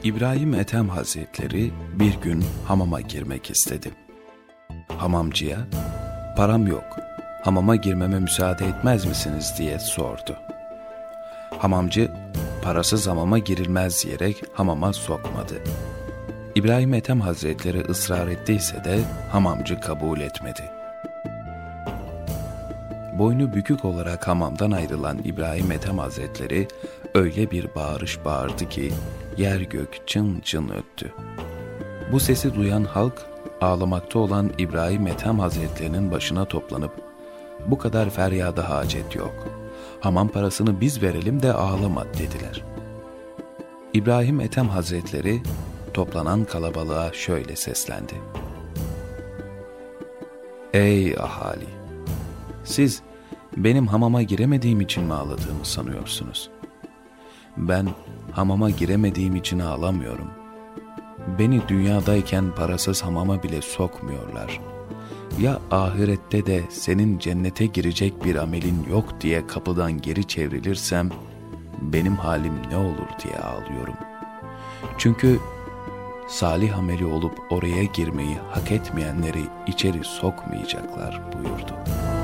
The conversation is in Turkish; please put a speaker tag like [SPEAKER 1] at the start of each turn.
[SPEAKER 1] İbrahim Ethem Hazretleri bir gün hamama girmek istedi. Hamamcıya, "Param yok, hamama girmeme müsaade etmez misiniz?" diye sordu. Hamamcı, "Parasız hamama girilmez" diyerek hamama sokmadı. İbrahim Ethem Hazretleri ısrar ettiyse de hamamcı kabul etmedi. Boynu bükük olarak hamamdan ayrılan İbrahim Ethem Hazretleri öyle bir bağırış bağırdı ki yer gök çın çın öttü. Bu sesi duyan halk ağlamakta olan İbrahim Ethem Hazretlerinin başına toplanıp "Bu kadar feryada hacet yok. Hamam parasını biz verelim de ağlama" dediler. İbrahim Ethem Hazretleri toplanan kalabalığa şöyle seslendi: "Ey ahali! Siz benim hamama giremediğim için mi ağladığımı sanıyorsunuz? Ben hamama giremediğim için ağlamıyorum. Beni dünyadayken parasız hamama bile sokmuyorlar. Ya ahirette de senin cennete girecek bir amelin yok diye kapıdan geri çevrilirsem benim halim ne olur diye ağlıyorum. Çünkü salih ameli olup oraya girmeyi hak etmeyenleri içeri sokmayacaklar" buyurdu.